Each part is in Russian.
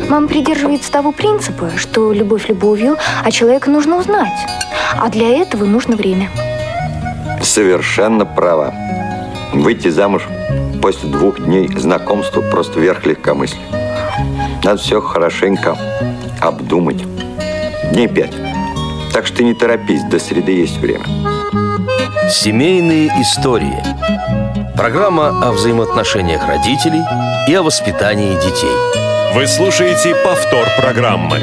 Мама придерживается того принципа, что любовь любовью, а человека нужно узнать. А для этого нужно время. Совершенно права. Выйти замуж после 2 дней знакомства просто верх легкомыслия. Надо все хорошенько обдумать. Дней 5. Так что не торопись, до среды есть время. Семейные истории. Программа о взаимоотношениях родителей и о воспитании детей. Вы слушаете повтор программы.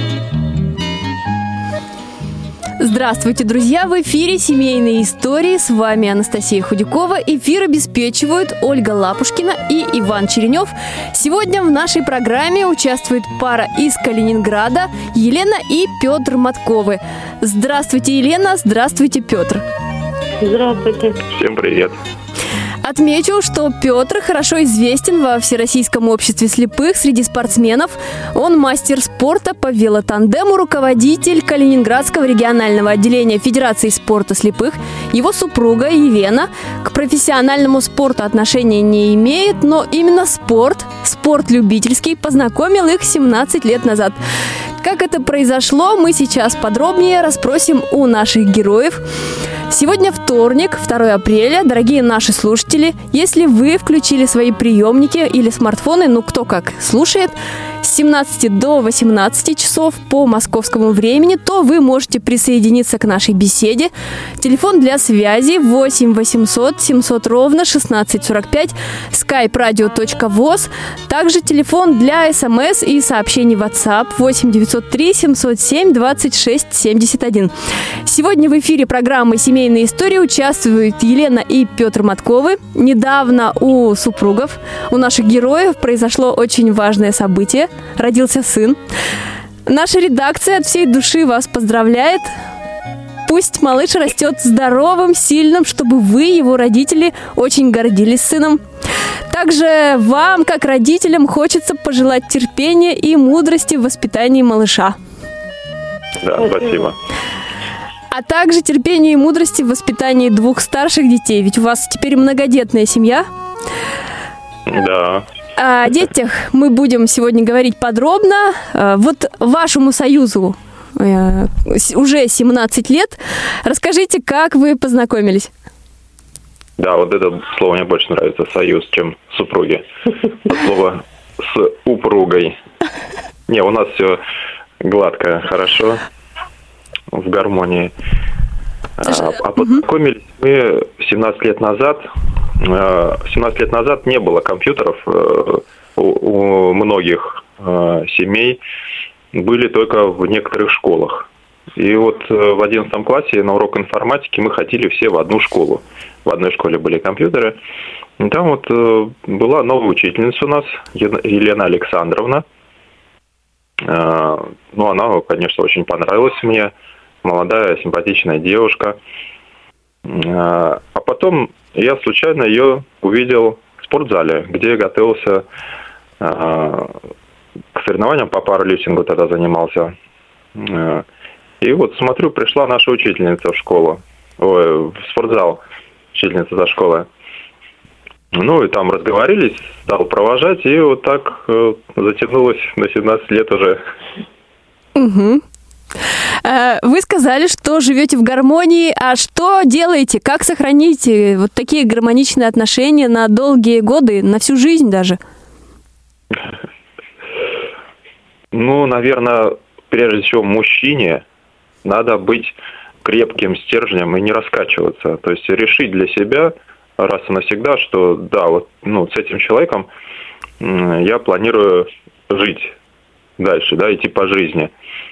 Здравствуйте, друзья! В эфире «Семейные истории». С вами Анастасия Худякова. Эфир обеспечивают Ольга Лапушкина и Иван Черенев. Сегодня в нашей программе участвует пара из Калининграда Елена и Петр Матковы. Здравствуйте, Елена! Здравствуйте, Петр! Здравствуйте! Всем привет! Отмечу, что Петр хорошо известен во Всероссийском обществе слепых среди спортсменов. Он мастер спорта по велотандему, руководитель Калининградского регионального отделения Федерации спорта слепых. Его супруга Елена к профессиональному спорту отношения не имеет, но именно спорт любительский, познакомил их 17 лет назад. Как это произошло, мы сейчас подробнее расспросим у наших героев. Сегодня вторник, 2 апреля. Дорогие наши слушатели, если вы включили свои приемники или смартфоны, кто как слушает, с 17 до 18 часов по московскому времени, то вы можете присоединиться к нашей беседе. Телефон для связи 8 800 700 ровно 1645, skype-radio.voz. Также телефон для смс и сообщений WhatsApp 8 903 707 26 71. Сегодня в эфире программы «Семейные истории» участвуют Елена и Петр Матковы. Недавно у супругов, у наших героев произошло очень важное событие. Родился сын. Наша редакция от всей души вас поздравляет. Пусть малыш растет здоровым, сильным, чтобы вы, его родители, очень гордились сыном. Также вам, как родителям, хочется пожелать терпения и мудрости в воспитании малыша. Да, спасибо. А также терпения и мудрости в воспитании 2 старших детей. Ведь у вас теперь многодетная семья. Да. О детях мы будем сегодня говорить подробно. Вот вашему союзу уже 17 лет. Расскажите, как вы познакомились? Да, вот это слово мне больше нравится, союз, чем супруги. Слово с упругой. Не, у нас все гладко, хорошо, в гармонии. А познакомились мы 17 лет назад. 17 лет назад не было компьютеров у многих семей, были только в некоторых школах. И вот в 11 классе на урок информатики мы ходили все в одну школу. В одной школе были компьютеры. И там вот была новая учительница у нас, Елена Александровна. Она, конечно, очень понравилась мне. Молодая, симпатичная девушка. А потом я случайно ее увидел в спортзале, где готовился к соревнованиям по пауэрлифтингу, тогда занимался. И вот смотрю, пришла наша учительница в школу, в спортзал, учительница за школой. И там разговорились, стал провожать, и вот так затянулось на 17 лет уже. Угу. Вы сказали, что живете в гармонии. А что делаете? Как сохранить вот такие гармоничные отношения на долгие годы, на всю жизнь даже? Наверное, прежде всего мужчине надо быть крепким стержнем и не раскачиваться. То есть решить для себя раз и навсегда, что да, с этим человеком я планирую жить дальше, идти по жизни.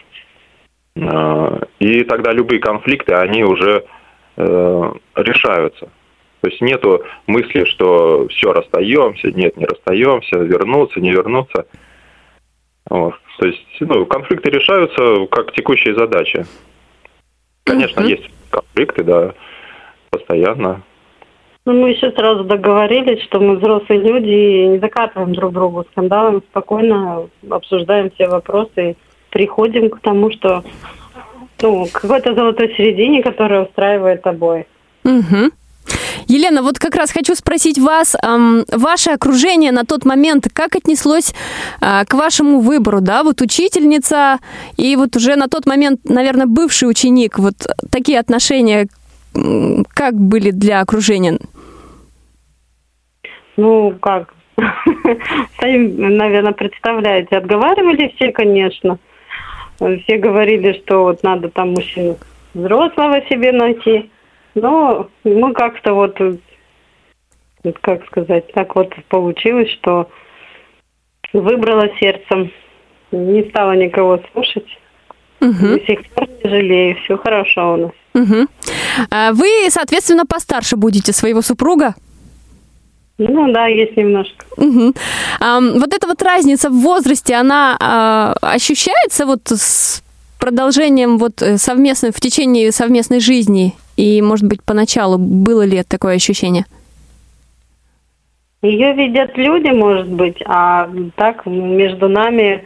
И тогда любые конфликты, они уже решаются. То есть нету мысли, что все, расстаемся, нет, не расстаемся, вернуться, не вернуться. Вот. То есть конфликты решаются как текущие задачи. Конечно, есть конфликты, да, постоянно. Мы еще сразу договорились, что мы взрослые люди и не закатываем друг другу скандалом, спокойно обсуждаем все вопросы и приходим к тому, что какой-то золотой середине, которая устраивает обоих. Угу. Елена, вот как раз хочу спросить вас, ваше окружение на тот момент как отнеслось к вашему выбору, да, вот учительница и вот уже на тот момент, наверное, бывший ученик, вот такие отношения как были для окружения? Ну, как? Сами, наверное, представляете. Отговаривали все, конечно. Все говорили, что вот надо там мужчину взрослого себе найти. Но мы как-то вот, как сказать, так вот получилось, что выбрала сердцем. Не стала никого слушать. До сих пор не жалею. Все хорошо у нас. Вы, соответственно, постарше будете своего супруга? Ну да, есть немножко. Вот эта вот разница в возрасте, она ощущается вот с продолжением вот совместной, в течение совместной жизни? И, может быть, поначалу было ли такое ощущение? Ее видят люди, может быть, а так между нами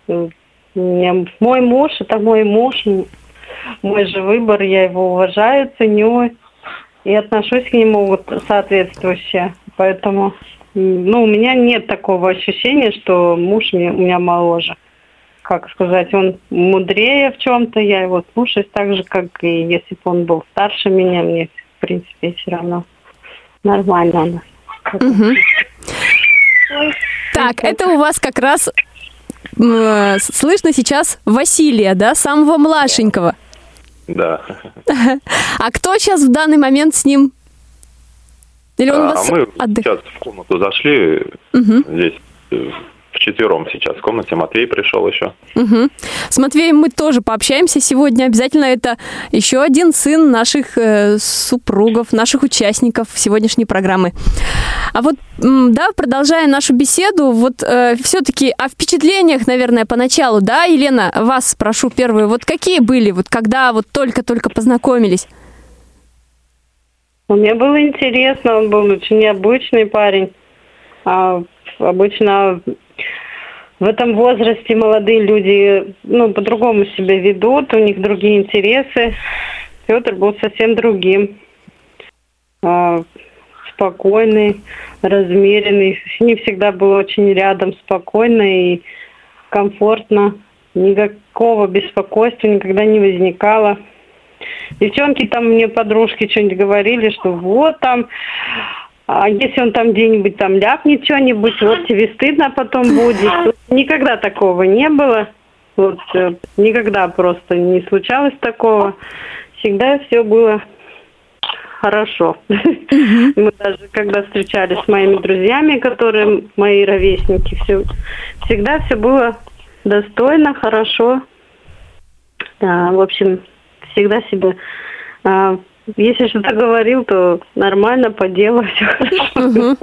мой муж, это мой муж, мой же выбор, я его уважаю, ценю и отношусь к нему вот соответствующе. Поэтому, ну, у меня нет такого ощущения, что муж у меня моложе. Как сказать, он мудрее в чем-то, я его слушаюсь так же, как и если бы он был старше меня, мне, в принципе, все равно нормально у нас. Так, это у вас как раз слышно сейчас Василия, да, самого младшенького? Да. А кто сейчас в данный момент с ним? Или он у вас мы отдыхает? сейчас в комнату зашли, здесь вчетвером сейчас в комнате, Матвей пришел еще. С Матвеем мы тоже пообщаемся сегодня. Обязательно это еще один сын наших супругов, наших участников сегодняшней программы. А вот, да, продолжая нашу беседу, вот все-таки о впечатлениях, наверное, поначалу, да, Елена, вас спрошу первую. Вот какие были, вот когда вот только-только познакомились? Мне было интересно, он был очень необычный парень. Обычно в этом возрасте молодые люди, ну, по-другому себя ведут, у них другие интересы. Петр был совсем другим. Спокойный, размеренный. Не всегда был очень рядом, спокойно и комфортно. Никакого беспокойства никогда не возникало. Девчонки там мне, подружки, что-нибудь говорили, что вот там... А если он там где-нибудь там ляпнет что-нибудь, вот тебе стыдно потом будет. Никогда такого не было. Вот никогда просто не случалось такого. Всегда все было хорошо. Мы даже когда встречались с моими друзьями, которые мои ровесники, всегда все было достойно, хорошо. Да, в общем, всегда себя... Если что-то говорил, то нормально, по делу, все хорошо.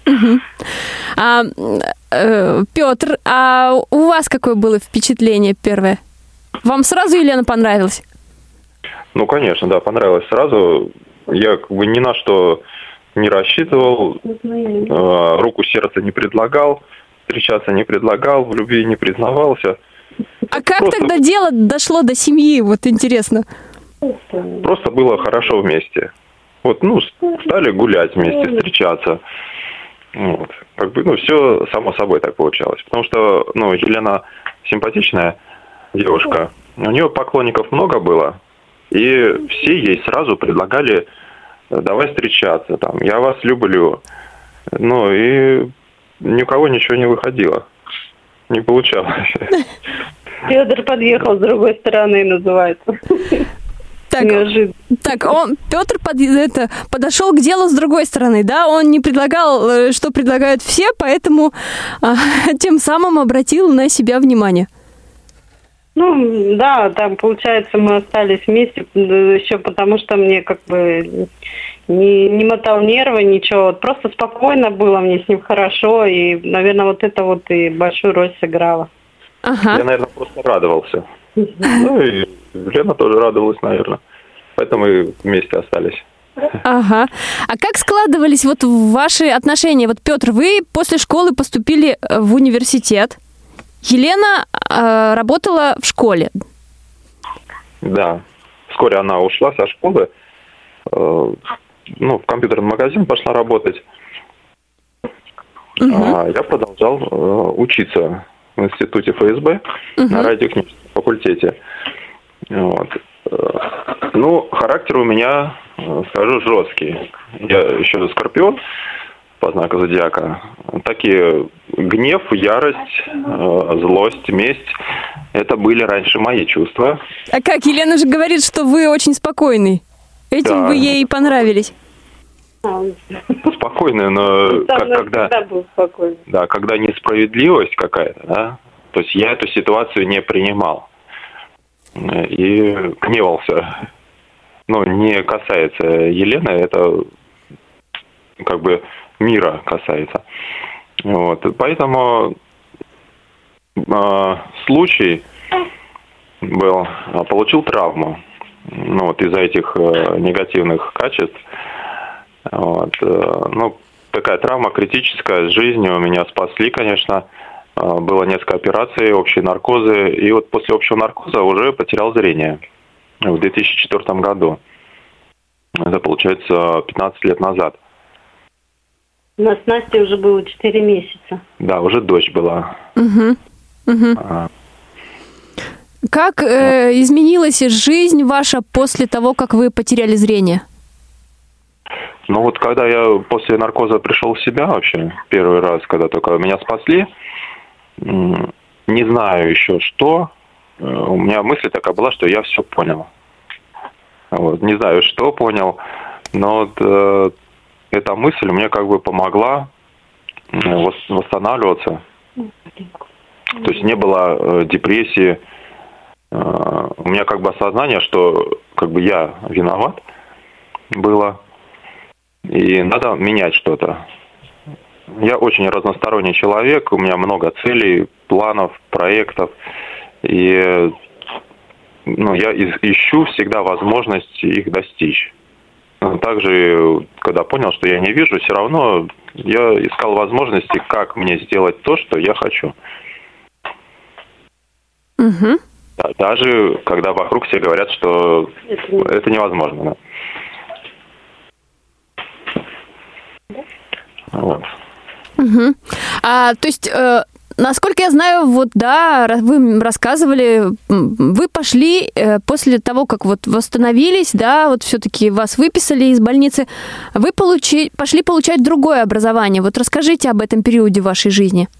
Петр, а у вас какое было впечатление первое? Вам сразу Елена понравилась? Ну, конечно, да, понравилось сразу. Я как бы ни на что не рассчитывал, руку сердца не предлагал, встречаться не предлагал, в любви не признавался. А как тогда дело дошло до семьи, вот интересно? Просто было хорошо вместе. Вот, ну, стали гулять вместе, встречаться. Вот. Как бы, ну, все само собой так получалось. Потому что, ну, Елена симпатичная девушка. У нее поклонников много было. И все ей сразу предлагали: давай встречаться, там, я вас люблю. Ну, и ни у кого ничего не выходило. Не получалось. Федор подъехал с другой стороны, называется. Так, Петр подошел к делу с другой стороны, да? Он не предлагал, что предлагают все, поэтому тем самым обратил на себя внимание. Ну, да, там, получается, мы остались вместе, еще потому что мне как бы не мотал нервы, ничего. Просто спокойно было, мне с ним хорошо, и, наверное, вот это вот и большую роль сыграло. Ага. Я, наверное, просто радовался. Ну, и Лена тоже радовалась, наверное. Поэтому и вместе остались. Ага. А как складывались вот ваши отношения? Вот, Петр, вы после школы поступили в университет. Елена работала в школе. Да. Вскоре она ушла со школы. в компьютерный магазин пошла работать. Я продолжал учиться в институте ФСБ на радиотехническом факультете. Вот. Характер у меня, скажу, жесткий. Я еще скорпион по знаку зодиака. Такие гнев, ярость, злость, месть – это были раньше мои чувства. А как? Елена же говорит, что вы очень спокойный. Этим вы ей понравились. Спокойный, но когда несправедливость какая-то, да, то есть я эту ситуацию не принимал и гневался. Не касается Елены, это как бы мира касается. Вот. Поэтому случай был, получил травму из-за этих негативных качеств. Вот. Такая травма критическая, с жизнью меня спасли, конечно. Было несколько операций, общие наркозы. И вот после общего наркоза уже потерял зрение в 2004 году. Это, получается, 15 лет назад. У нас Насте уже было 4 месяца. Да, уже дочь была. Как изменилась жизнь ваша после того, как вы потеряли зрение? Когда я после наркоза пришел в себя вообще, первый раз, когда только меня спасли, не знаю еще что, у меня мысль такая была, что я все понял. Вот, не знаю, что понял, но эта мысль мне как бы помогла восстанавливаться. То есть не было депрессии. У меня как бы осознание, что как бы я виноват было. И надо менять что-то. Я очень разносторонний человек, у меня много целей, планов, проектов. И я ищу всегда возможность их достичь. Также, когда понял, что я не вижу, все равно я искал возможности, как мне сделать то, что я хочу. Даже когда вокруг все говорят, что это невозможно. Да. Вот. То есть, насколько я знаю, вы рассказывали, вы пошли после того, как восстановились, да, все-таки вас выписали из больницы, вы пошли получать другое образование. Расскажите об этом периоде вашей жизни.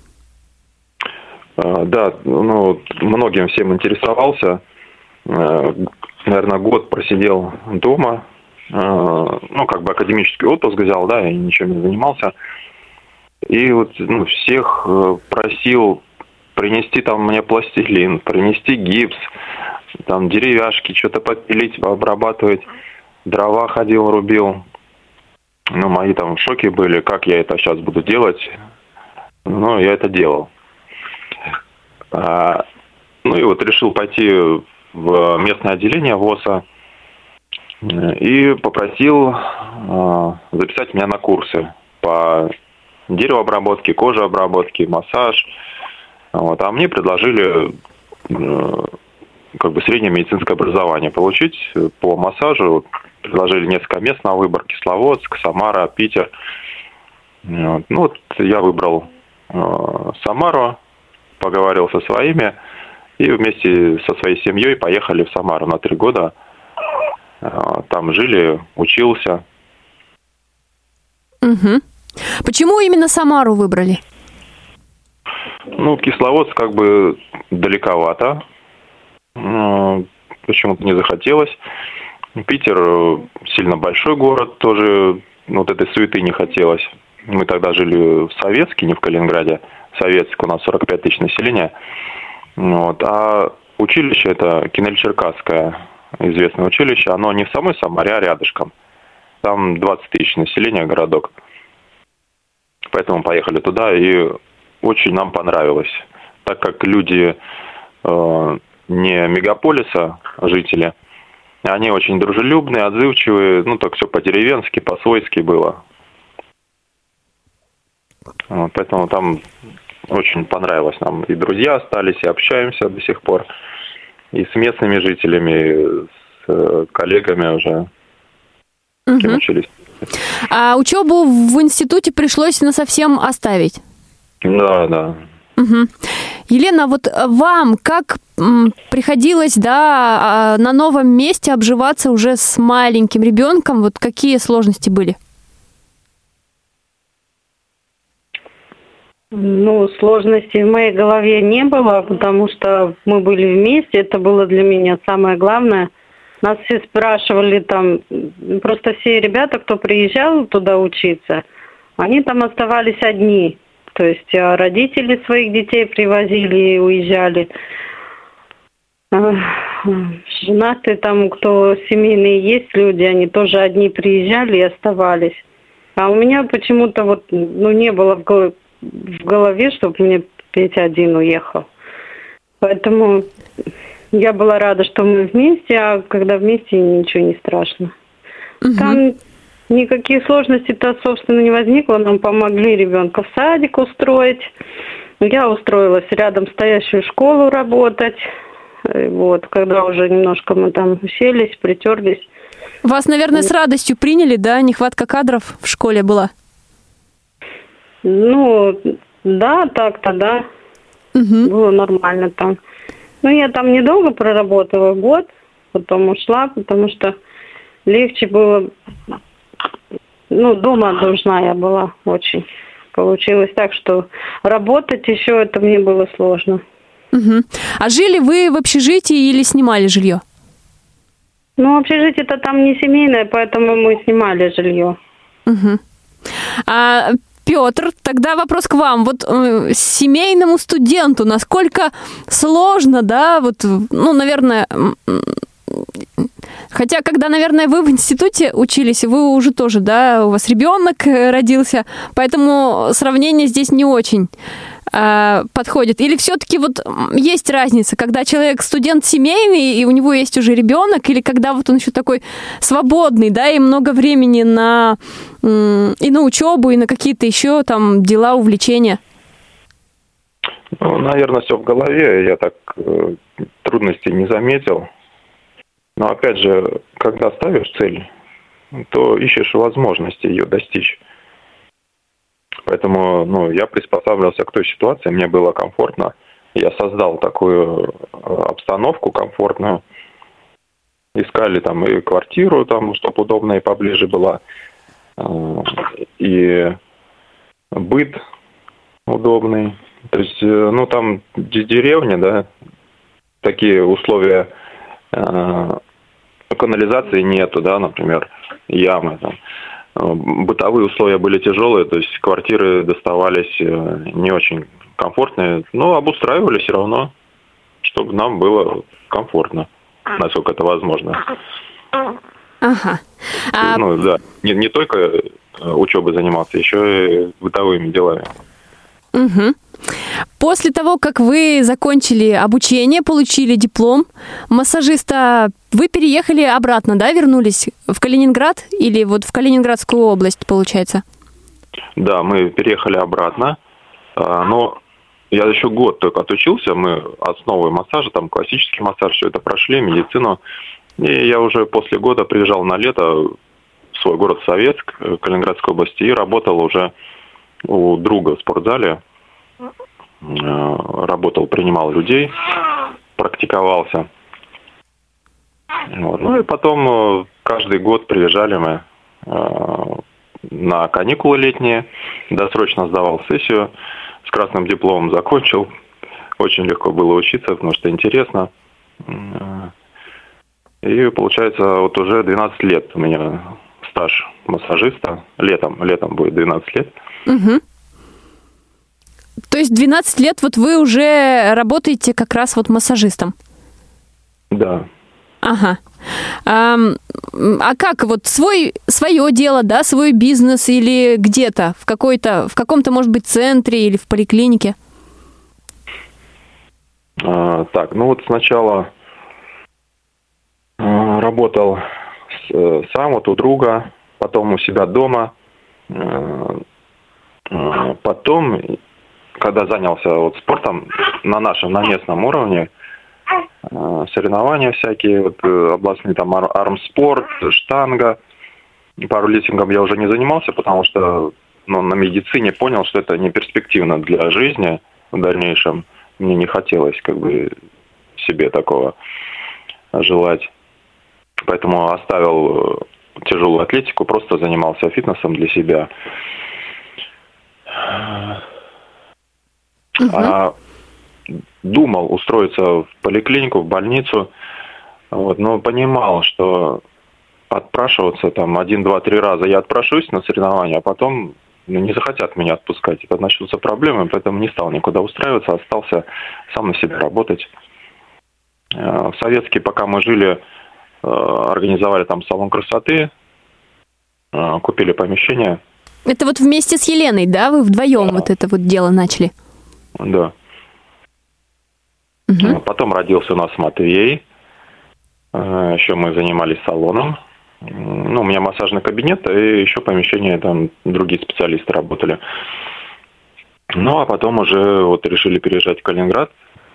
Да, многим всем интересовался. Наверное, год просидел дома. Академический отпуск взял, да, и ничем не занимался. И всех просил принести мне пластилин, принести гипс, деревяшки, что-то подпилить, обрабатывать. Дрова ходил, рубил. Мои в шоке были, как я это сейчас буду делать. Я это делал. Решил пойти в местное отделение ВОСа и попросил записать меня на курсы по деревообработке, кожеобработке, массаж. А мне предложили среднее медицинское образование получить по массажу. Предложили несколько мест на выбор: Кисловодск, Самара, Питер. Я выбрал Самару, поговорил со своими и вместе со своей семьей поехали в Самару на 3 года. Там жили, учился. Почему именно Самару выбрали? Кисловодск далековато. Почему-то не захотелось. Питер сильно большой город, тоже этой суеты не хотелось. Мы тогда жили в Советске, не в Калининграде. Советск, у нас 45 тысяч населения. А училище это Кинель-Черкасское, известное училище. Оно не в самой Самаре, а рядышком. Там 20 тысяч населения, городок. Поэтому поехали туда, и очень нам понравилось. Так как люди не мегаполиса, жители, они очень дружелюбные, отзывчивые, так все по-деревенски, по-свойски было. Поэтому там очень понравилось нам. И друзья остались, и общаемся до сих пор. И с местными жителями, и с коллегами уже. с кем учились. А учебу в институте пришлось насовсем оставить? Да. Угу. Елена, вот вам как приходилось, да, на новом месте обживаться уже с маленьким ребенком? Вот какие сложности были? Ну, сложностей в моей голове не было, потому что мы были вместе, это было для меня самое главное. Нас все спрашивали там, просто все ребята, кто приезжал туда учиться, они там оставались одни. То есть родители своих детей привозили и уезжали. Женатые там, кто семейные есть люди, они тоже одни приезжали и оставались. А у меня почему-то вот, не было в голове, чтобы мне Петя один уехал. Поэтому я была рада, что мы вместе, а когда вместе, ничего не страшно. Угу. Там никаких сложностей-то, собственно, не возникло. Нам помогли ребенка в садик устроить. Я устроилась рядом стоящую школу работать. Вот, когда уже немножко мы там уселись, притерлись. Вас, наверное, с радостью приняли, да? Нехватка кадров в школе была? Да, так-то, да. Угу. Было нормально там. Я там недолго проработала, год, потом ушла, потому что легче было. Дома нужна я была очень. Получилось так, что работать еще это мне было сложно. Угу. А жили вы в общежитии или снимали жилье? Общежитие-то там не семейное, поэтому мы снимали жилье. Угу. А Петр, тогда вопрос к вам. Вот семейному студенту насколько сложно, да, наверное, хотя, когда, наверное, вы в институте учились, вы уже тоже, да, у вас ребенок родился, поэтому сравнение здесь не очень подходит. Или все-таки есть разница, когда человек студент семейный, и у него есть уже ребенок, или когда он еще такой свободный, да, и много времени и на учебу, и на какие-то еще там дела, увлечения? Наверное, все в голове. Я так трудностей не заметил. Но опять же, когда ставишь цель, то ищешь возможности ее достичь. Поэтому, я приспосабливался к той ситуации, мне было комфортно. Я создал такую обстановку комфортную. Искали там и квартиру, там, чтобы удобно и поближе была. И быт удобный. То есть, там деревня, да, такие условия, канализации нету, да, например, ямы там. Бытовые условия были тяжелые, то есть квартиры доставались не очень комфортные, но обустраивали все равно, чтобы нам было комфортно, насколько это возможно. Ага. Да, не только учебой заниматься, еще и бытовыми делами. Угу. После того, как вы закончили обучение, получили диплом массажиста, вы переехали обратно, да, вернулись в Калининград или в Калининградскую область, получается? Да, мы переехали обратно, но я еще год только отучился, мы основы массажа, там классический массаж, все это прошли, медицину, и я уже после года приезжал на лето в свой город Советск, Калининградской области, и работал уже у друга в спортзале. Работал, принимал людей, практиковался. И потом каждый год приезжали мы на каникулы летние, досрочно сдавал сессию, с красным дипломом закончил. Очень легко было учиться, потому что интересно. И получается, уже 12 лет у меня стаж массажиста. Летом будет 12 лет. Угу. То есть 12 лет вы уже работаете как раз массажистом? Да. Ага. А как свое дело, да, свой бизнес или где-то, в каком-то, может быть, центре или в поликлинике? Сначала работал сам у друга, потом у себя дома, потом, когда занялся спортом на местном уровне, соревнования всякие, областные, там, армспорт, штанга, Пауэрлифтингом я уже не занимался, потому что на медицине понял, что это не перспективно для жизни в дальнейшем. Мне не хотелось себе такого желать. Поэтому оставил тяжелую атлетику, просто занимался фитнесом для себя. Думал устроиться в поликлинику, в больницу, но понимал, что отпрашиваться 1, 2, 3 раза я отпрошусь на соревнования, а потом не захотят меня отпускать. Это начнутся проблемы, поэтому не стал никуда устраиваться, остался сам на себя работать. В Советске, пока мы жили, организовали там салон красоты, купили помещение. Это вот вместе с Еленой, да? Вы вдвоем это дело начали? Да. Угу. Потом родился у нас Матвей. Еще мы занимались салоном. У меня массажный кабинет, и еще помещение, там другие специалисты работали. А потом уже решили переезжать в Калининград.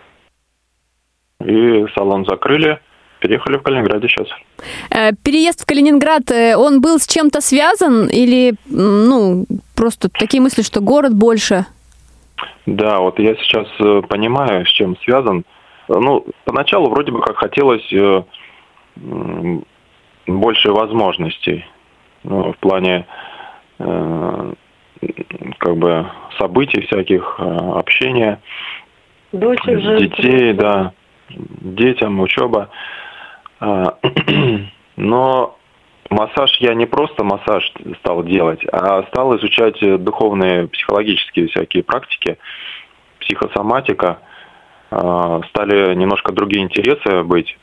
И салон закрыли. Переехали в Калининграде сейчас. Переезд в Калининград, он был с чем-то связан? Или, просто такие мысли, что город больше? Да, я сейчас понимаю, с чем связан. Поначалу вроде бы как хотелось больше возможностей. В плане событий всяких, общения. Детей, да. Детям, учеба. Но массаж я не просто массаж стал делать, а стал изучать духовные, психологические всякие практики, психосоматика. Стали немножко другие интересы быть.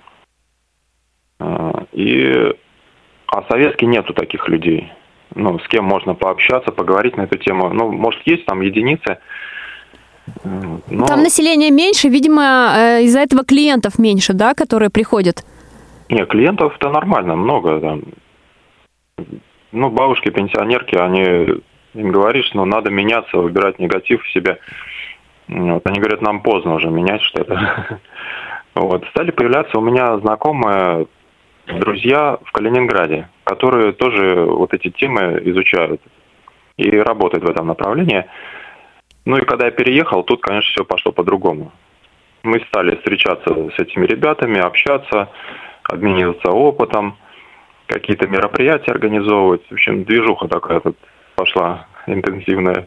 А в Советске нету таких людей. С кем можно пообщаться, поговорить на эту тему. Может, есть там единицы. Но... Там население меньше, видимо, из-за этого клиентов меньше, да, которые приходят? Нет, клиентов-то нормально, много. Там. Бабушки, пенсионерки, им говоришь, надо меняться, выбирать негатив в себе. Они говорят, нам поздно уже менять что-то. Стали появляться у меня знакомые, друзья в Калининграде, которые тоже эти темы изучают и работают в этом направлении. И когда я переехал, тут, конечно, все пошло по-другому. Мы стали встречаться с этими ребятами, общаться, обмениваться опытом, какие-то мероприятия организовывать. В общем, движуха такая тут пошла интенсивная.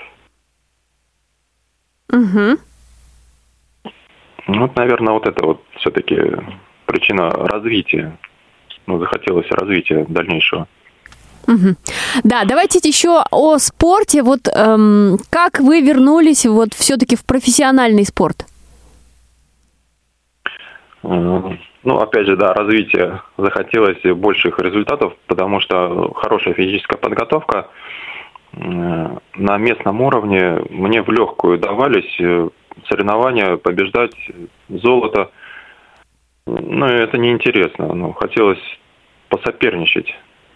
Угу. Наверное, это все-таки причина развития. Захотелось развития дальнейшего. Угу. Да, давайте еще о спорте. Как вы вернулись все-таки в профессиональный спорт? Опять же, да, развитие. Захотелось больших результатов, потому что хорошая физическая подготовка на местном уровне мне в легкую давались соревнования, побеждать, золото. Это неинтересно. Хотелось посоперничать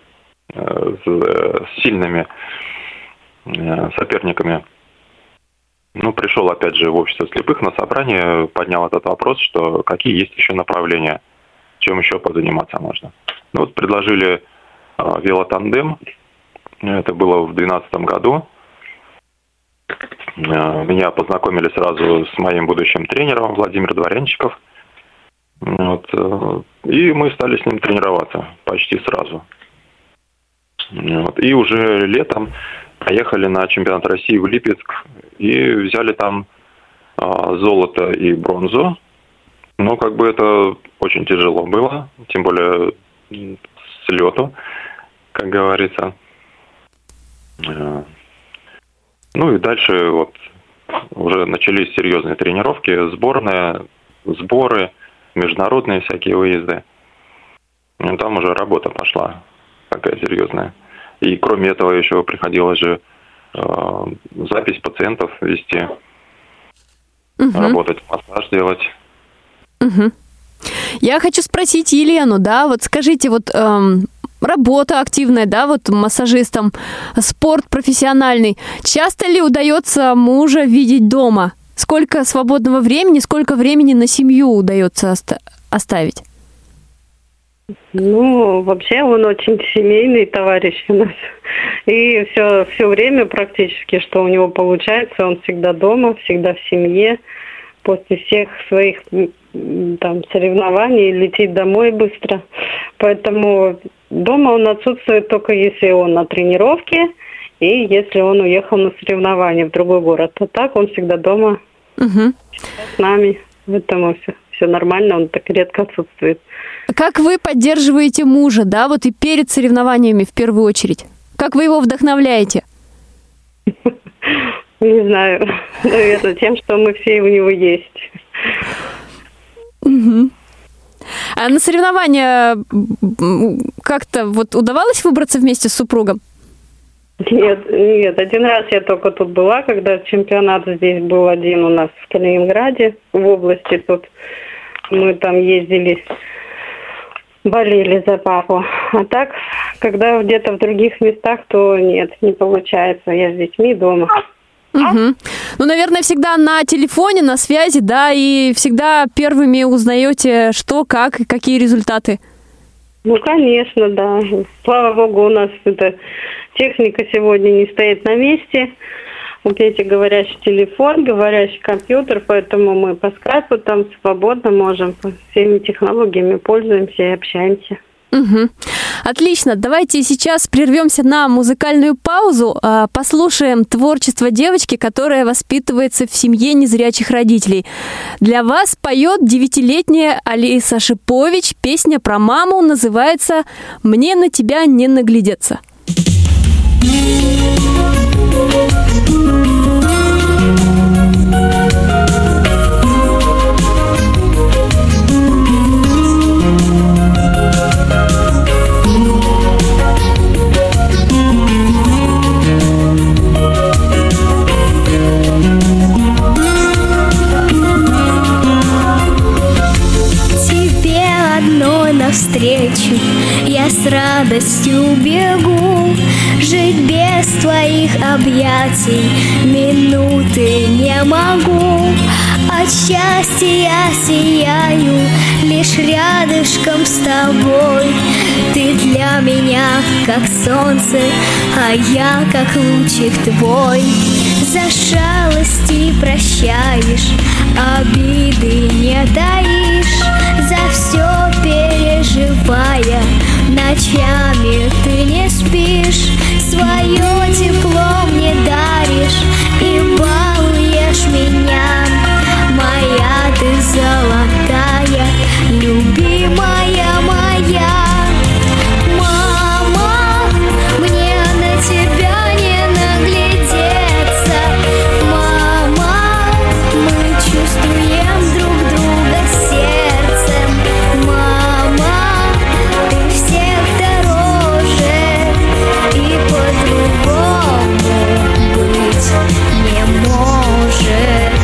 с сильными соперниками. Пришел опять же в общество слепых на собрание, поднял этот вопрос, что какие есть еще направления, чем еще позаниматься можно. Предложили велотандем. Это было в 2012 году. Меня познакомили сразу с моим будущим тренером Владимир Дворянчиков. И мы стали с ним тренироваться почти сразу. И уже летом поехали на чемпионат России в Липецк и взяли там золото и бронзу. Это очень тяжело было, тем более с лету, как говорится. И дальше уже начались серьезные тренировки, сборы, международные всякие выезды. Там уже работа пошла такая серьезная. И кроме этого еще приходилось же запись пациентов вести, работать, массаж делать. Угу. Я хочу спросить Елену, да, скажите, работа активная, да, массажистом, спорт профессиональный. Часто ли удается мужа видеть дома? Сколько свободного времени, сколько времени на семью удается оставить? Ну, вообще он очень семейный товарищ у нас. И все время практически, что у него получается, он всегда дома, всегда в семье. После всех своих там соревнований летит домой быстро. Поэтому дома он отсутствует только если он на тренировке и если он уехал на соревнования в другой город. А так он всегда дома, всегда с нами. Поэтому все нормально, он так редко отсутствует. Как вы поддерживаете мужа, да, вот и перед соревнованиями в первую очередь? Как вы его вдохновляете? Не знаю, наверное, тем, что мы все у него есть. А на соревнования как-то вот удавалось выбраться вместе с супругом? Нет, один раз я только тут была, когда чемпионат здесь был один у нас в Калининграде, в области тут. Мы там ездили, болели за папу. А так, когда где-то в других местах, то нет, не получается. Я с детьми дома. Ну, наверное, всегда на телефоне, на связи, да, и всегда первыми узнаете, что, как и какие результаты. Ну, конечно, да. Слава богу, у нас эта техника сегодня не стоит на месте. У Пети говорящий телефон, говорящий компьютер, поэтому мы по скайпу там свободно можем, всеми технологиями пользуемся и общаемся. Отлично. Давайте сейчас прервемся на музыкальную паузу, послушаем творчество девочки, которая воспитывается в семье незрячих родителей. Для вас поет 9-летняя Алиса Шипович. Песня про маму называется «Мне на тебя не наглядеться». Навстречу я с радостью бегу, жить без твоих объятий минуты не могу. От счастья я сияю лишь рядышком с тобой. Ты для меня как солнце, а я как лучик твой. За шалости прощаешь, обиды не таишь, за все переживая, ночами ты не спишь. Свое тепло мне даришь и балуешь меня. Моя ты золотая, любимая моя. Мама, мне на тебя не наглядеться. Мама, мы чувствуем друг друга сердцем. Мама, ты всех дороже, и по-другому быть не может.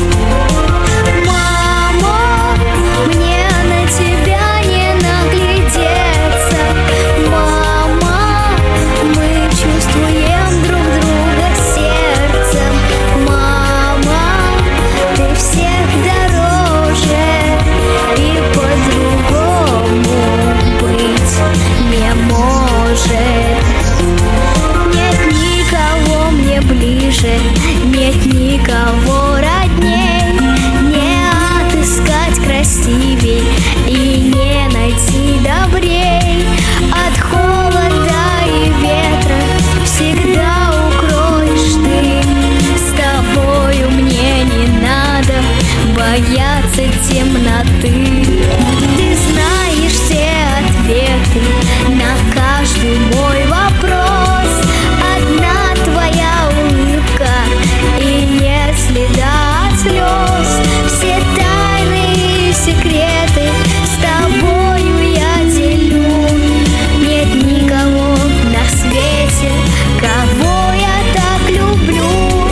Мама, мне на тебя не наглядеться. Мама, мы чувствуем друг друга сердцем. Мама, ты всех дороже, и по-другому быть не может. Нет никого мне ближе, нет никого родней, не отыскать красивей и не найти добрей. От холода и ветра всегда укроешь ты. С тобою мне не надо бояться темноты. Ты знаешь все ответы на каждый мой вопрос. Одна твоя улыбка и нет следа от слез. Все тайны и секреты с тобою я делю. Нет никого на свете, кого я так люблю.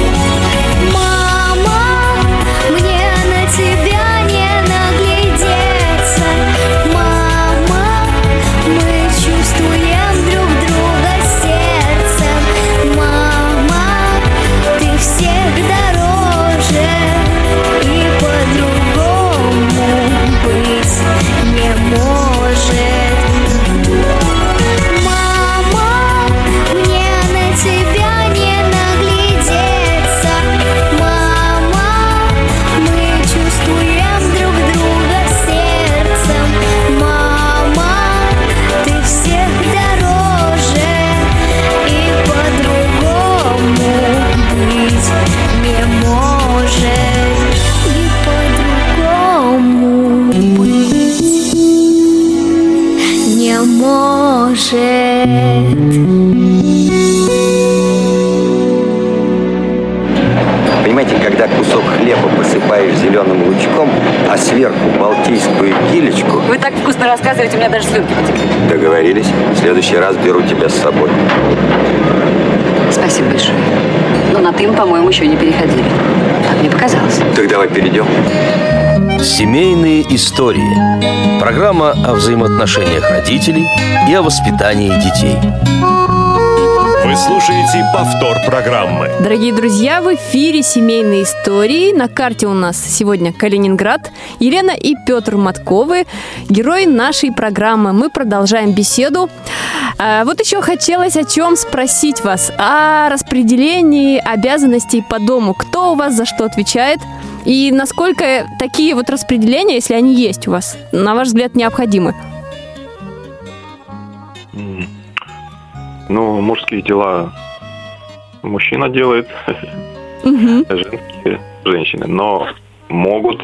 Мама, мне на тебя не наглядеться. Мама, мы манжет. Понимаете, когда кусок хлеба посыпаешь зеленым лучком, а сверху балтийскую килечку... Вы так вкусно рассказываете, у меня даже слюнки потекли. Договорились. В следующий раз беру тебя с собой. Спасибо большое. Но на «ты» мы, по-моему, еще не переходили. Так мне показалось. Так давай перейдем. Семейные истории. Программа о взаимоотношениях родителей и о воспитании детей. Вы слушаете повтор программы. Дорогие друзья, в эфире «Семейные истории». На карте у нас сегодня Калининград. Елена и Петр Матковы, герои нашей программы. Мы продолжаем беседу. Вот еще хотелось о чем спросить вас. О распределении обязанностей по дому. Кто у вас за что отвечает? И насколько такие вот распределения, если они есть у вас, на ваш взгляд, необходимы? Ну, мужские дела мужчина делает, женские женщины. Но могут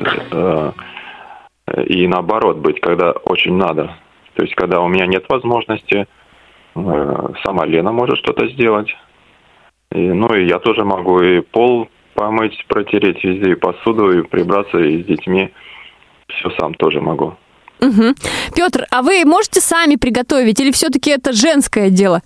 и наоборот быть, когда очень надо. То есть, когда у меня нет возможности, сама Лена может что-то сделать. И я тоже могу и пол помыть, протереть везде, и посуду, и прибраться, и с детьми. Все сам тоже могу. Петр, а вы можете сами приготовить или все-таки это женское дело?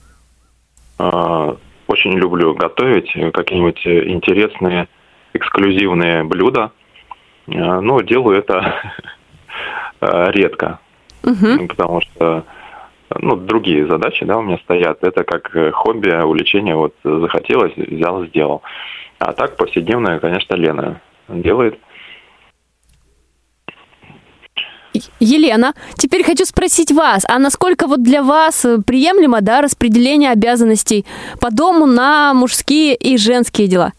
Очень люблю готовить какие-нибудь интересные, эксклюзивные блюда. Но делаю это редко, потому что другие задачи, у меня стоят. Это как хобби, увлечение. Вот захотелось, взял, сделал. А так повседневное, конечно, Лена делает. Елена, теперь хочу спросить вас, а насколько вот для вас приемлемо, распределение обязанностей по дому на мужские и женские дела?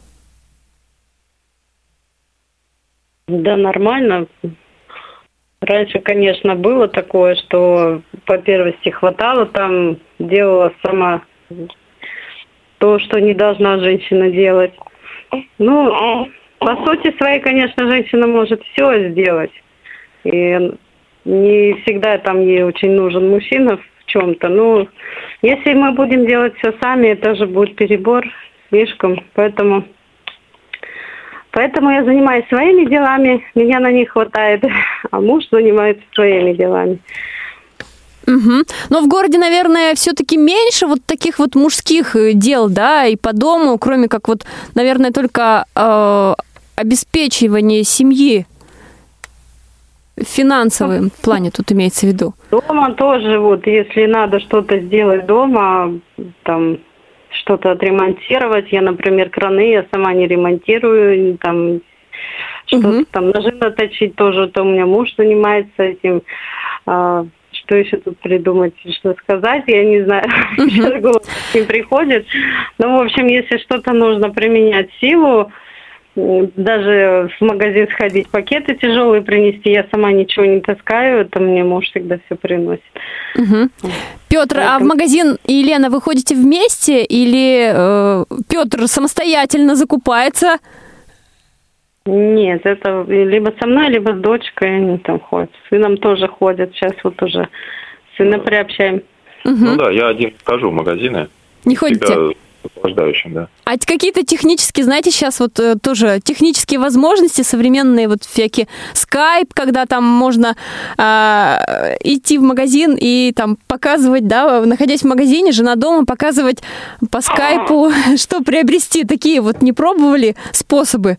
Да, нормально. Раньше, конечно, было такое, что по первости хватало, там делала сама то, что не должна женщина делать. По сути своей, конечно, женщина может все сделать. И не всегда там ей очень нужен мужчина в чем-то. Если мы будем делать все сами, это же будет перебор слишком. Поэтому я занимаюсь своими делами, меня на них хватает, а муж занимается своими делами. Но в городе, наверное, все-таки меньше вот таких вот мужских дел, и по дому, кроме как наверное, только обеспечивание семьи. В финансовом плане тут имеется в виду. Дома тоже, если надо что-то сделать дома, там что-то отремонтировать. Я, например, краны я сама не ремонтирую, там что-то там ножи наточить тоже, то у меня муж занимается этим. Что еще тут придумать, что сказать, я не знаю, сейчас голос не приходит. В общем, если что-то нужно применять силу, даже в магазин сходить, пакеты тяжелые принести, я сама ничего не таскаю, это мне муж всегда все приносит. Петр, а в магазин и Елена вы ходите вместе или Петр самостоятельно закупается? Нет, это либо со мной, либо с дочкой они там ходят. С сыном тоже ходят, сейчас уже сына приобщаем. Я один хожу в магазины. Не ходите? Сопровождающим, да. А какие-то технические, знаете, сейчас тоже технические возможности современные, всякие скайп, когда там можно идти в магазин и там показывать, находясь в магазине, жена дома, показывать по скайпу, что приобрести. Такие не пробовали способы?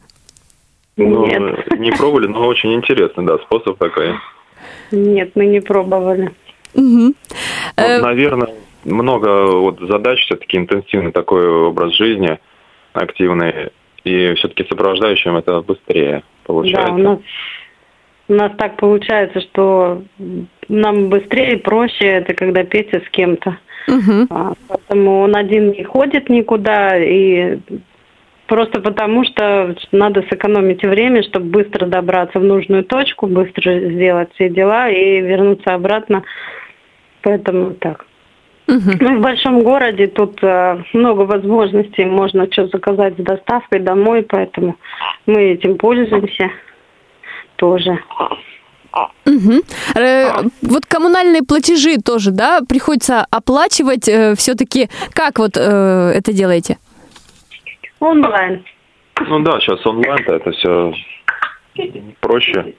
Нет. Не пробовали, но очень интересно, способ такой. Нет, мы не пробовали. Наверное, много задач, все-таки интенсивный такой образ жизни, активный, и все-таки сопровождающим это быстрее получается. Да, у нас так получается, что нам быстрее и проще, это когда Петя с кем-то. Поэтому он один не ходит никуда, и просто потому что надо сэкономить время, чтобы быстро добраться в нужную точку, быстро сделать все дела и вернуться обратно. Поэтому так. Мы в большом городе, тут много возможностей, можно что заказать с доставкой домой, поэтому мы этим пользуемся тоже. Вот коммунальные платежи тоже, да, приходится оплачивать все-таки. Как вот это делаете? Онлайн. Ну да, сейчас онлайн, это все проще.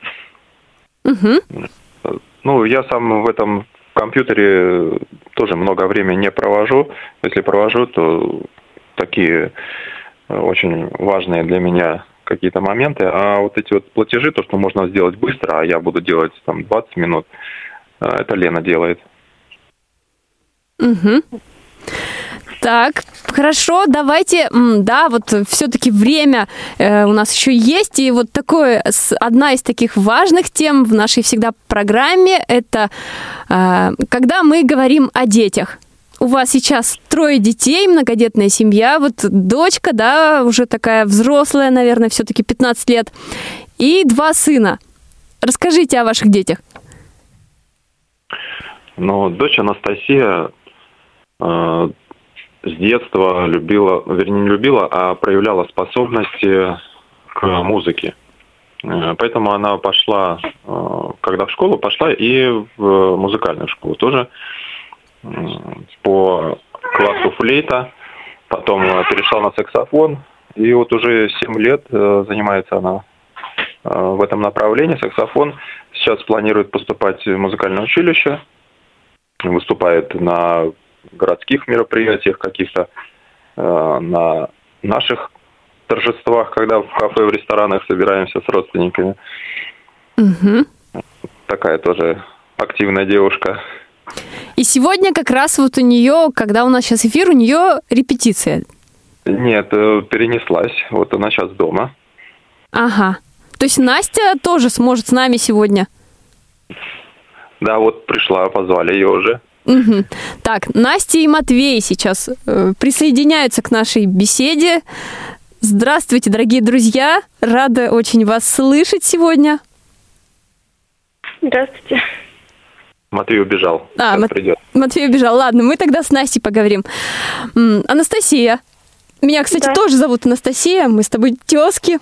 Ну, я сам в этом компьютере тоже много времени не провожу. Если провожу, то такие очень важные для меня какие-то моменты. А вот эти вот платежи, то, что можно сделать быстро, а я буду делать там 20 минут, это Лена делает. Так, хорошо, давайте, да, вот все-таки время у нас еще есть, и вот одна из таких важных тем в нашей всегда программе, это когда мы говорим о детях. У вас сейчас 3 детей, многодетная семья, вот дочка, да, уже такая взрослая, наверное, все-таки 15 лет, и 2 сына. Расскажите о ваших детях. Ну, дочь Анастасия с детства любила, вернее, не любила, а проявляла способности к музыке. Поэтому она пошла, когда в школу, пошла и в музыкальную школу тоже по классу флейта. Потом перешла на саксофон. И вот уже 7 лет занимается она в этом направлении, саксофон. Сейчас планирует поступать в музыкальное училище. Выступает на городских мероприятиях каких-то, на наших торжествах, когда в кафе, в ресторанах собираемся с родственниками. Такая тоже активная девушка. И сегодня как раз вот у нее, когда у нас сейчас эфир, у нее репетиция. Нет, перенеслась. Вот она сейчас дома. Ага. То есть Настя тоже сможет с нами сегодня? Да, вот пришла, позвали ее уже. Так, Настя и Матвей сейчас присоединяются к нашей беседе. Здравствуйте, дорогие друзья. Рада очень вас слышать сегодня. Здравствуйте. Матвей убежал. Придет. Матвей убежал. Ладно, мы тогда с Настей поговорим. Анастасия. Меня, кстати, тоже зовут Анастасия. Мы с тобой тезки.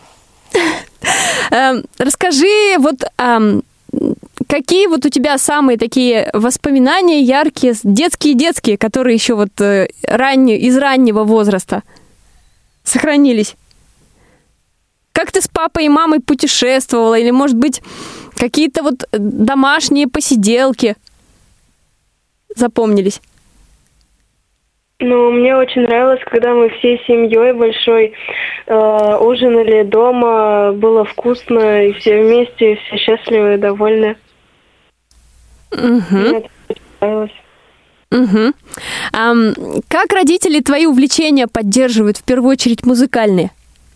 Расскажи, вот какие вот у тебя самые такие воспоминания яркие, детские, которые еще вот из раннего возраста сохранились? Как ты с папой и мамой путешествовала? Или, может быть, какие-то вот домашние посиделки запомнились? Ну, мне очень нравилось, когда мы всей семьей большой ужинали дома, было вкусно, и все вместе, все счастливы и довольны. Мне это очень нравилось. Как родители твои увлечения поддерживают, в первую очередь музыкальные?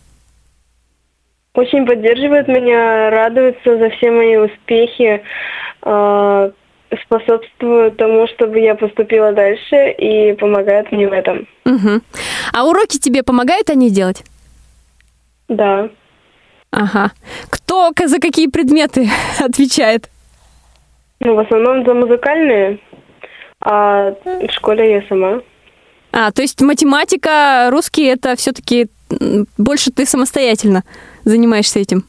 Очень поддерживают меня, радуются за все мои успехи, способствуют тому, чтобы я поступила дальше, и помогают мне в этом. А уроки тебе помогают они делать? Да. Ага. Кто за какие предметы отвечает? Ну, в основном за музыкальные, а в школе я сама. То есть математика, русский — это все-таки больше ты самостоятельно занимаешься этим?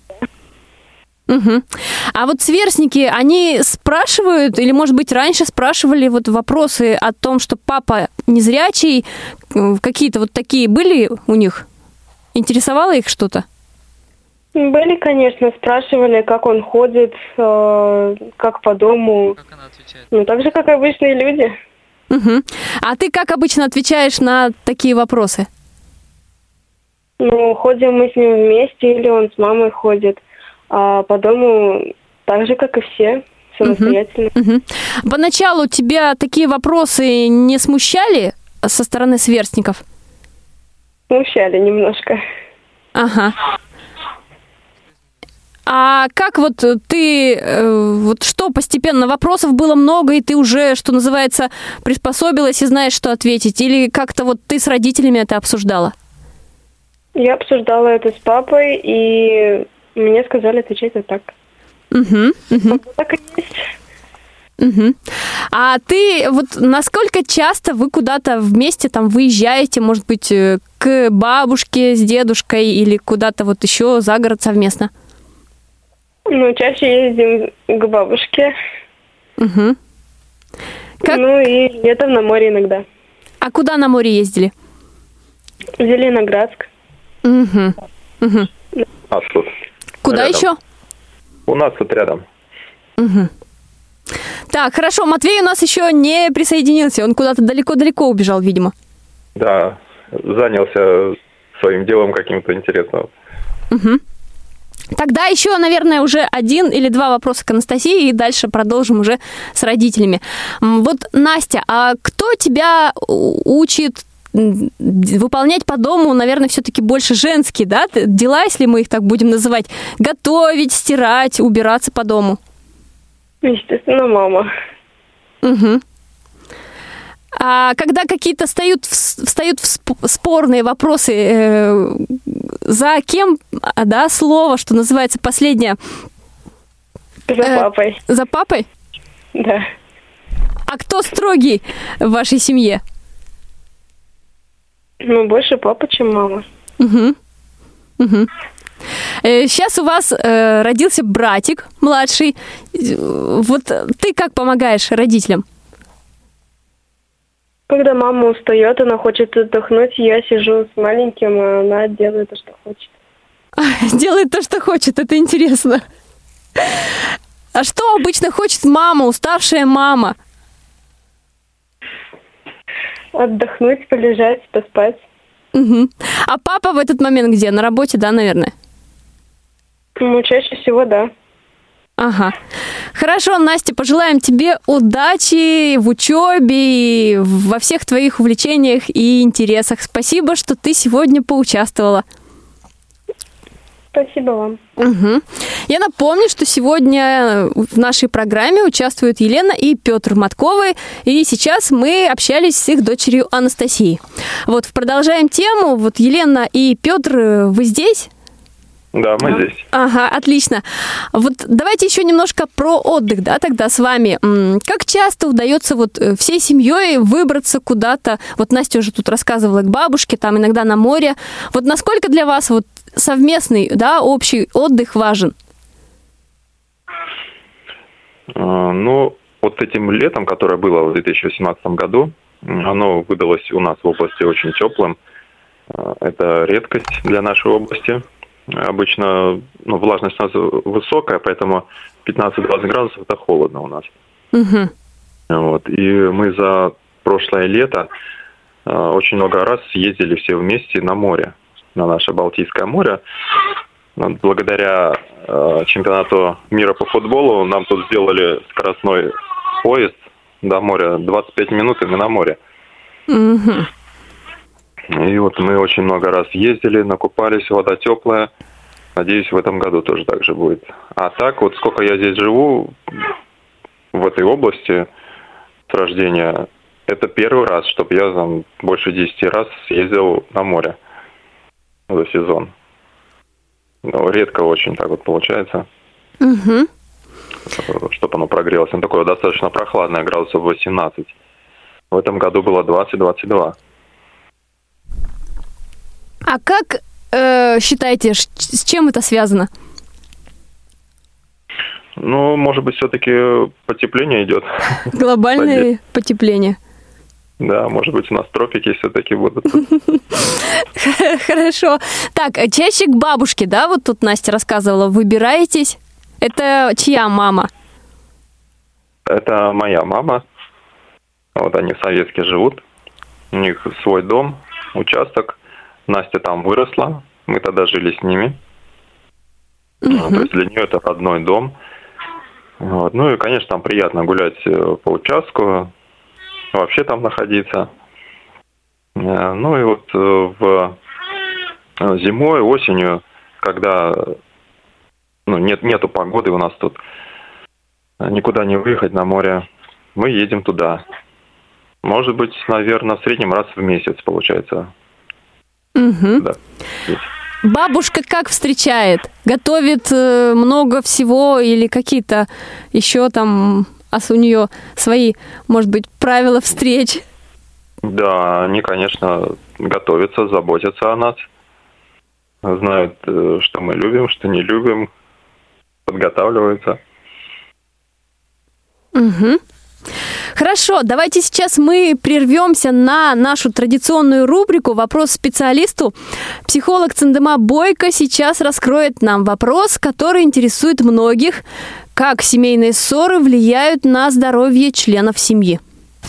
А вот сверстники, они спрашивают, или, может быть, раньше спрашивали вот вопросы о том, что папа незрячий, какие-то вот такие были у них? Интересовало их что-то? Были, конечно, спрашивали, как он ходит, как по дому. Как она отвечает? Ну, так же, как обычные люди. А ты как обычно отвечаешь на такие вопросы? Ну, ходим мы с ним вместе, или он с мамой ходит. А по дому так же, как и все, самостоятельно. Поначалу тебя такие вопросы не смущали со стороны сверстников? Смущали немножко. Ага. А как вот ты, вот что постепенно, вопросов было много, и ты уже, что называется, приспособилась и знаешь, что ответить? Или как-то вот ты с родителями это обсуждала? Я обсуждала это с папой, и мне сказали отвечать вот так. Так и есть. А ты вот насколько часто вы куда-то вместе там выезжаете, может быть, к бабушке с дедушкой или куда-то вот еще за город совместно? Ну, чаще ездим к бабушке. Угу. Ну и летом на море иногда. А куда на море ездили? В Зеленоградск. Угу. Угу. А тут? Куда рядом. еще? У нас тут рядом. Угу. Так, хорошо. Матвей у нас еще не присоединился. Он куда-то далеко-далеко убежал, видимо. Да, занялся своим делом каким-то интересным. Угу. Тогда еще, наверное, уже 1 или 2 вопроса к Анастасии, и дальше продолжим уже с родителями. Вот, Настя, а кто тебя учит выполнять по дому, наверное, все-таки больше женские, да, дела, если мы их так будем называть? Готовить, стирать, убираться по дому? Естественно, мама. Угу. А когда какие-то встают спорные вопросы, за кем, да, слово, что называется, последнее? За папой. За папой? Да. А кто строгий в вашей семье? Ну, больше папа, чем мама. Угу. Угу. Сейчас у вас родился братик младший. Вот ты как помогаешь родителям? Когда мама устает, она хочет отдохнуть, я сижу с маленьким, а она делает то, что хочет. Делает то, что хочет, это интересно. А что обычно хочет мама, уставшая мама? Отдохнуть, полежать, поспать. Угу. А папа в этот момент где? На работе, да, наверное? Ну, чаще всего, да. Ага. Хорошо, Настя, пожелаем тебе удачи в учебе и во всех твоих увлечениях и интересах. Спасибо, что ты сегодня поучаствовала. Спасибо вам. Угу. Я напомню, что сегодня в нашей программе участвуют Елена и Петр Матковы, и сейчас мы общались с их дочерью Анастасией. Вот, продолжаем тему. Вот, Елена и Петр, вы здесь? Да, мы здесь. Ага, отлично. Вот давайте еще немножко про отдых, да, тогда с вами. Как часто удается вот всей семьей выбраться куда-то? Вот Настя уже тут рассказывала, к бабушке, там иногда на море. Вот насколько для вас вот совместный, да, общий отдых важен? Ну, вот этим летом, которое было в 2018 году, оно выдалось у нас в области очень теплым. Это редкость для нашей области. Обычно влажность у нас высокая, поэтому 15-20 градусов – это холодно у нас. Угу. Вот. И мы за прошлое лето очень много раз ездили все вместе на море, на наше Балтийское море. Благодаря чемпионату мира по футболу нам тут сделали скоростной поезд до моря. 25 минут, и мы на море. Угу. И вот мы очень много раз ездили, накупались, вода теплая. Надеюсь, в этом году тоже так же будет. А так, вот сколько я здесь живу, в этой области с рождения, это первый раз, чтобы я там больше 10 раз ездил на море за сезон. Редко очень так вот получается. Угу. Чтобы оно прогрелось. Оно такое достаточно прохладное, градусов 18. В этом году было 20-22. А как считаете, с чем это связано? Ну, может быть, все-таки потепление идет. Глобальное потепление. Да, может быть, у нас тропики все-таки будут. Хорошо. Так, чаще к бабушке, да, вот тут Настя рассказывала, выбираетесь? Это чья мама? Это моя мама. Вот они в Советске живут. У них свой дом, участок. Настя там выросла, мы тогда жили с ними. То есть для нее это родной дом. Вот. Ну и, конечно, там приятно гулять по участку, вообще там находиться. Ну и вот зимой, осенью, когда нету погоды у нас тут, никуда не выехать на море, мы едем туда. Может быть, наверное, в среднем раз в месяц получается. Угу. Да. Бабушка как встречает? Готовит много всего или какие-то еще там, у нее свои, может быть, правила встреч? Да, они, конечно, готовятся, заботятся о нас. Знают, что мы любим, что не любим, подготавливаются. Угу. Хорошо, давайте сейчас мы прервемся на нашу традиционную рубрику «Вопрос специалисту». Психолог Цандема Бойко сейчас раскроет нам вопрос, который интересует многих. Как семейные ссоры влияют на здоровье членов семьи?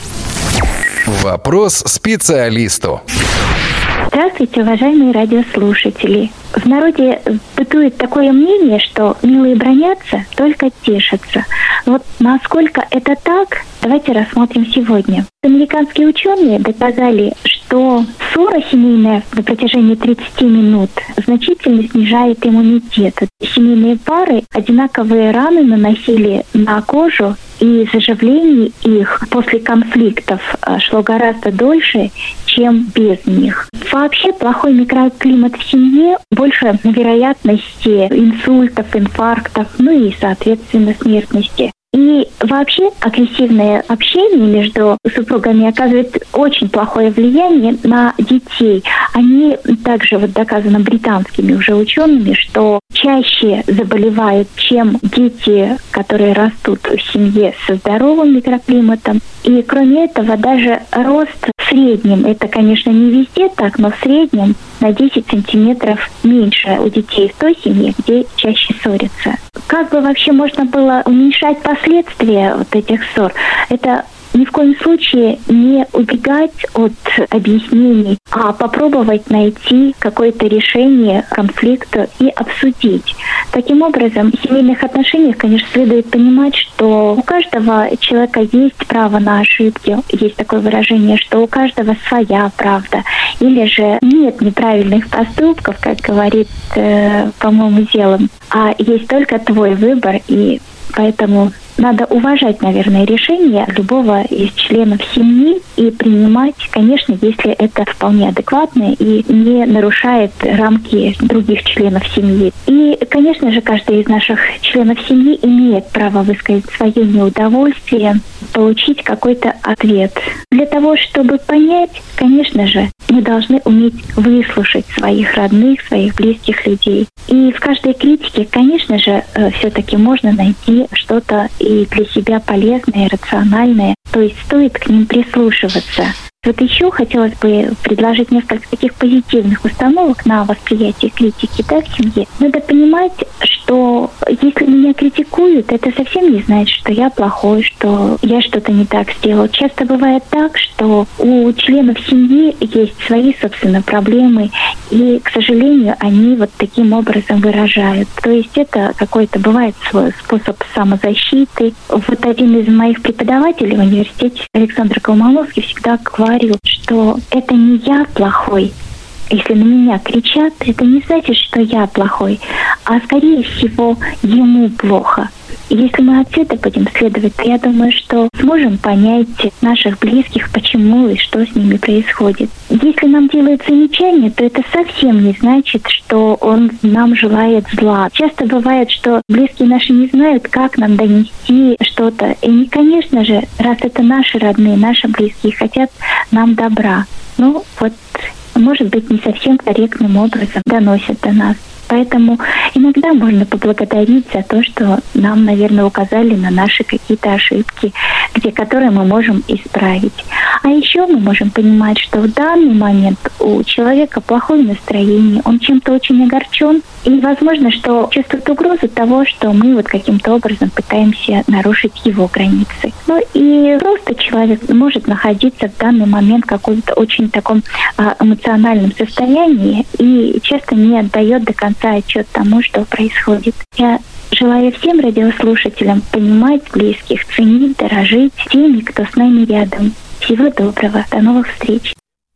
Вопрос специалисту. Здравствуйте, уважаемые радиослушатели. В народе бытует такое мнение, что милые бранятся, только тешатся. Вот насколько это так, давайте рассмотрим сегодня. Американские ученые доказали, что ссора семейная на протяжении 30 минут значительно снижает иммунитет. Семейные пары одинаковые раны наносили на кожу, и заживление их после конфликтов шло гораздо дольше, чем без них. Вообще плохой микроклимат в семье больше вероятности инсультов, инфарктов, ну и, соответственно, смертности. И вообще агрессивное общение между супругами оказывает очень плохое влияние на детей. Они также доказано британскими уже учеными, что чаще заболевают, чем дети, которые растут в семье со здоровым микроклиматом. И кроме этого, даже рост в среднем, это, конечно, не везде так, но в среднем на 10 сантиметров меньше у детей в той семье, где чаще ссорятся. Как бы вообще можно было уменьшать последствия вот этих ссор? Это ни в коем случае не убегать от объяснений, а попробовать найти какое-то решение конфликта и обсудить. Таким образом, в семейных отношениях, конечно, следует понимать, что у каждого человека есть право на ошибки. Есть такое выражение, что у каждого своя правда. Или же нет неправильных поступков, как говорит, по-моему, Зелом, а есть только твой выбор, и поэтому надо уважать, наверное, решение любого из членов семьи и принимать, конечно, если это вполне адекватно и не нарушает рамки других членов семьи. И, конечно же, каждый из наших членов семьи имеет право высказать свое неудовольствие, получить какой-то ответ. Для того, чтобы понять, конечно же, мы должны уметь выслушать своих родных, своих близких людей. И в каждой критике, конечно же, все-таки можно найти что-то и для себя полезное, рациональное. То есть стоит к ним прислушиваться. Вот еще хотелось бы предложить несколько таких позитивных установок на восприятие критики, в семье. Надо понимать, что если меня критикуют, это совсем не значит, что я плохой, что я что-то не так сделал. Часто бывает так, что у членов семьи есть свои, собственно, проблемы, и, к сожалению, они вот таким образом выражают. То есть это какой-то бывает свой способ самозащиты. Вот один из моих преподавателей в университете, Александр Колмановский, всегда говорил, что это не я плохой. Если на меня кричат, это не значит, что я плохой, а скорее всего ему плохо. И если мы отсюда будем следовать, то я думаю, что сможем понять наших близких, почему и что с ними происходит. Если нам делают замечания, то это совсем не значит, что он нам желает зла. Часто бывает, что близкие наши не знают, как нам донести что-то. И, конечно же, раз это наши родные, наши близкие, хотят нам добра. Ну, вот, может быть, не совсем корректным образом доносят до нас. Поэтому иногда можно поблагодарить за то, что нам, наверное, указали на наши какие-то ошибки, которые мы можем исправить. А еще мы можем понимать, что в данный момент у человека плохое настроение, он чем-то очень огорчен, и возможно, что чувствует угрозу того, что мы вот каким-то образом пытаемся нарушить его границы. Ну и просто человек может находиться в данный момент в каком-то очень таком эмоциональном состоянии и часто не отдает до конца отчет тому, что происходит. Я желаю всем радиослушателям понимать близких, ценить, дорожить теми, кто с нами рядом. Всего доброго. До новых встреч.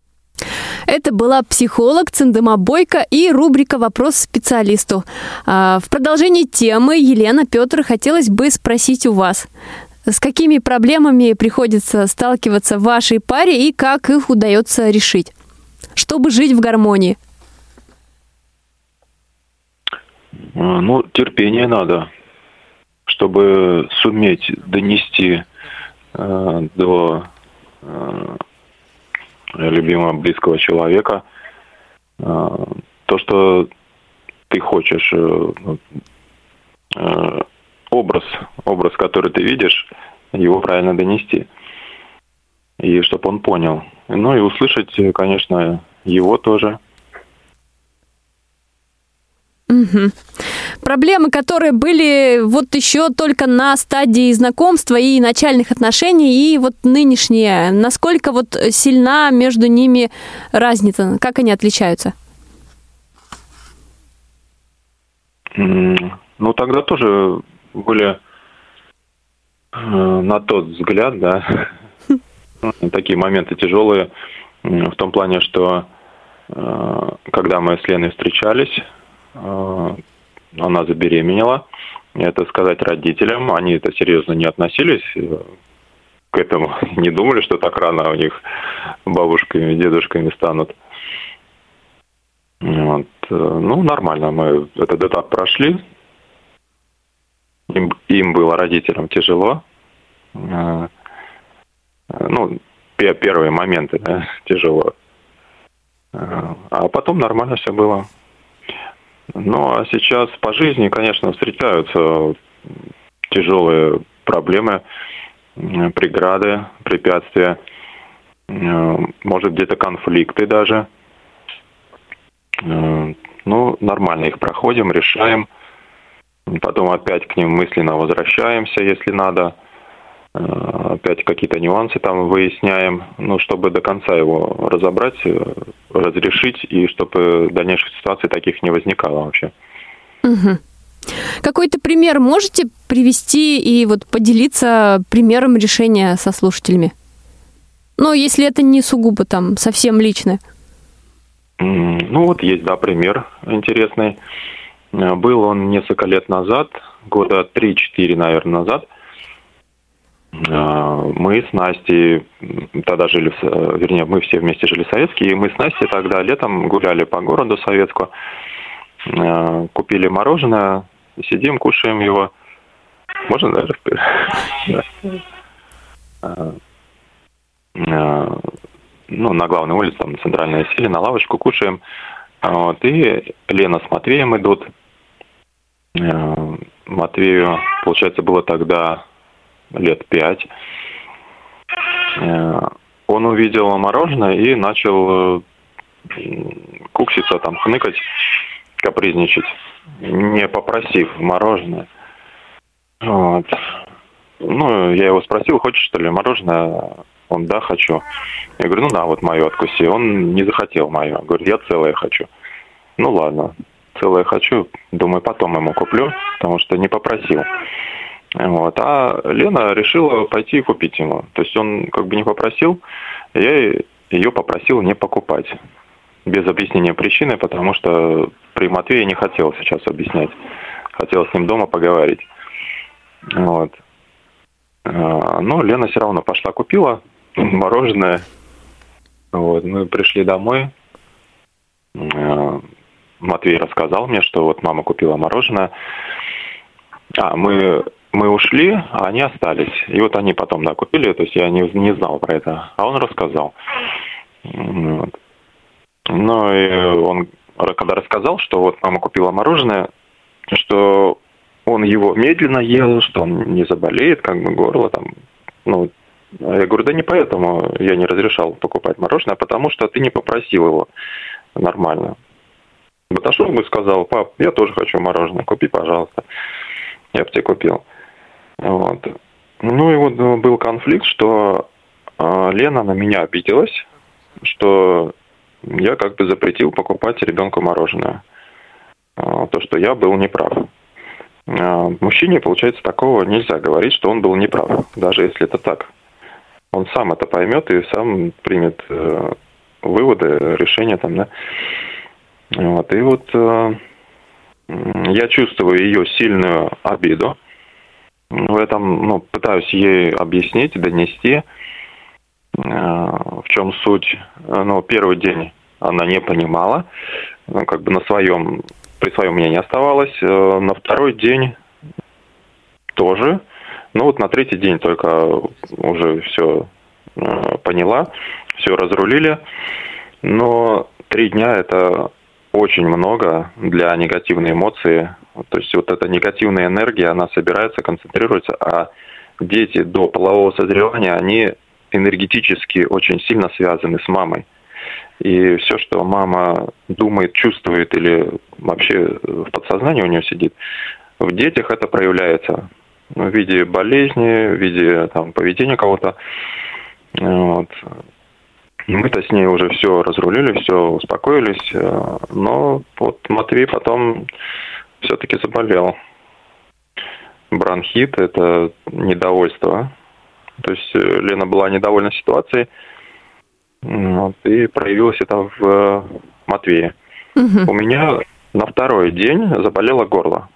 Это была психолог Цандема Бойко и рубрика «Вопрос специалисту». В продолжении темы, Елена, Петр, хотелось бы спросить у вас, с какими проблемами приходится сталкиваться в вашей паре и как их удается решить, чтобы жить в гармонии? Ну, терпение надо, чтобы суметь донести до любимого близкого человека то, что ты хочешь образ, который ты видишь, его правильно донести. И чтобы он понял. Ну и услышать, конечно, его тоже. Угу. Проблемы, которые были вот еще только на стадии знакомства и начальных отношений, и вот нынешние, насколько вот сильна между ними разница? Как они отличаются? Ну, тогда тоже были на тот взгляд, да, такие моменты тяжелые, в том плане, что когда мы с Леной встречались, она забеременела. Это сказать родителям, они это серьезно не относились к этому, не думали, что так рано у них бабушками, дедушками станут. Вот. Ну, нормально, мы этот этап прошли. Им было, родителям, тяжело. Ну, первые моменты, да, тяжело. А потом нормально все было. Ну, а сейчас по жизни, конечно, встречаются тяжелые проблемы, преграды, препятствия, может, где-то конфликты даже. Ну, нормально их проходим, решаем. Потом опять к ним мысленно возвращаемся, если надо. Опять какие-то нюансы там выясняем, ну, чтобы до конца его разобрать, разрешить, и чтобы дальнейших ситуаций таких не возникало вообще. Угу. Какой-то пример можете привести и вот поделиться примером решения со слушателями? Ну, если это не сугубо там совсем личное. Ну, вот есть, да, пример интересный. Был он несколько лет назад, года 3-4, наверное, назад. Мы с Настей тогда жили, вернее, мы все вместе жили в Советске, и мы с Настей тогда летом гуляли по городу Советску, купили мороженое, сидим, кушаем его. Можно, наверное, ну, на главной улице, там, центральная, сели, на лавочку кушаем. Вот, и Лена с Матвеем идут. Матвею, получается, было тогда лет 5. Он увидел мороженое и начал кукситься, там, хныкать, капризничать, не попросив мороженое. Вот. Ну, я его спросил, хочешь, что ли, мороженое? Он, да, хочу. Я говорю, ну да, вот мое откуси. Он не захотел мое. Говорит, я целое хочу. Ну ладно, целое хочу. Думаю, потом ему куплю, потому что не попросил. Вот. А Лена решила пойти и купить ему. То есть он как бы не попросил, я ее попросил не покупать. Без объяснения причины, потому что при Матвее не хотел сейчас объяснять. Хотел с ним дома поговорить. Вот. Но Лена все равно пошла, купила мороженое. Вот. Мы пришли домой. Матвей рассказал мне, что вот мама купила мороженое. Мы ушли, а они остались. И вот они потом, да, купили, то есть я не знал про это. А он рассказал. Вот. Ну и он, когда рассказал, что вот мама купила мороженое, что он его медленно ел, что он не заболеет, как бы горло там. Ну, я говорю, да не поэтому я не разрешал покупать мороженое, а потому что ты не попросил его нормально. Подошел бы и сказал, пап, я тоже хочу мороженое, купи, пожалуйста. Я бы тебе купил. Вот. Ну и вот был конфликт, что Лена на меня обиделась, что я как бы запретил покупать ребенку мороженое. То, что я был неправ. Мужчине, получается, такого нельзя говорить, что он был неправ, даже если это так. Он сам это поймет и сам примет выводы, решения там, да. Вот. И вот я чувствую ее сильную обиду. В этом, ну, пытаюсь ей объяснить, донести, в чем суть. Ну, первый день она не понимала, ну, как бы при своем мнении оставалась. На второй день тоже. Ну, вот на третий день только уже все поняла, все разрулили. Но 3 дня это очень много для негативной эмоции То есть вот эта негативная энергия, она собирается, концентрируется, а дети до полового созревания, они энергетически очень сильно связаны с мамой. И все, что мама думает, чувствует или вообще в подсознании у нее сидит, в детях это проявляется в виде болезни, в виде там, поведения кого-то. Вот. Мы-то с ней уже все разрулили, все успокоились, но вот Матвей потом все-таки заболел. Бронхит – это недовольство. То есть Лена была недовольна ситуацией, вот, и проявилось это в Матвее. У меня на второй день заболело горло.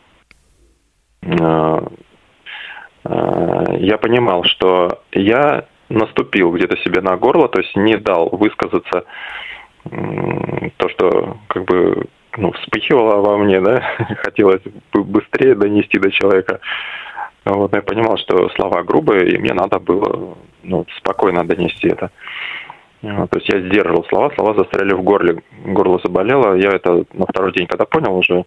Я понимал, что я наступил где-то себе на горло, то есть не дал высказаться то, что как бы вспыхивало во мне, да, хотелось быстрее донести до человека. Вот, я понимал, что слова грубые, и мне надо было спокойно донести это. Вот, то есть я сдерживал слова застряли в горле, горло заболело. Я это на второй день, когда понял, уже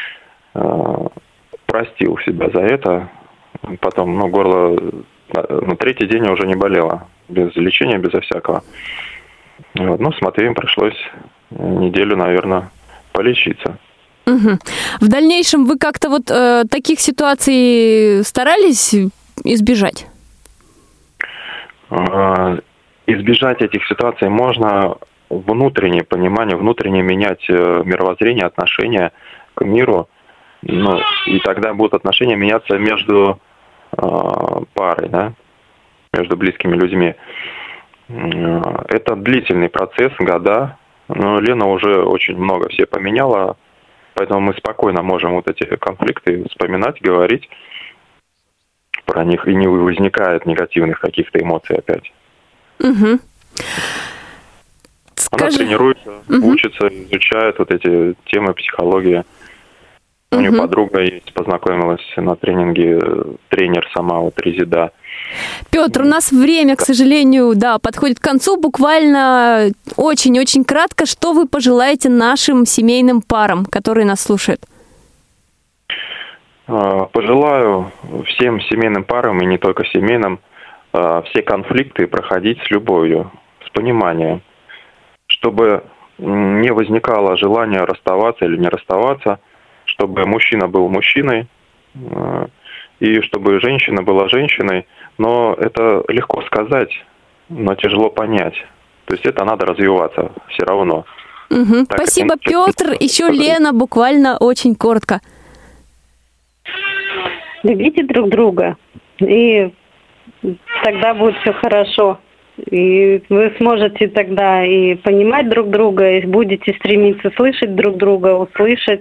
простил себя за это. Потом, горло на третий день уже не болело, без лечения, безо всякого. Вот, с Матвеем пришлось неделю, наверное, полечиться. В дальнейшем вы как-то таких ситуаций старались избежать? Избежать этих ситуаций можно внутреннее понимание, внутренне менять мировоззрение, отношение к миру. И тогда будут отношения меняться между парой, да, между близкими людьми. Это длительный процесс, года. Но Лена уже очень много все поменяла, поэтому мы спокойно можем вот эти конфликты вспоминать, говорить про них, и не возникает негативных каких-то эмоций опять. Она тренируется, учится, изучает вот эти темы психологии. У нее подруга есть, познакомилась на тренинге, тренер сама, Резида. Петр, у нас время, к сожалению, подходит к концу. Буквально очень-очень кратко, что вы пожелаете нашим семейным парам, которые нас слушают? Пожелаю всем семейным парам, и не только семейным, все конфликты проходить с любовью, с пониманием, чтобы не возникало желания расставаться или не расставаться, чтобы мужчина был мужчиной, и чтобы женщина была женщиной. Но это легко сказать, но тяжело понять. То есть это надо развиваться все равно. Спасибо, Петр. Еще Лена, буквально очень коротко. Любите друг друга, и тогда будет все хорошо. И вы сможете тогда и понимать друг друга, и будете стремиться слышать друг друга, услышать,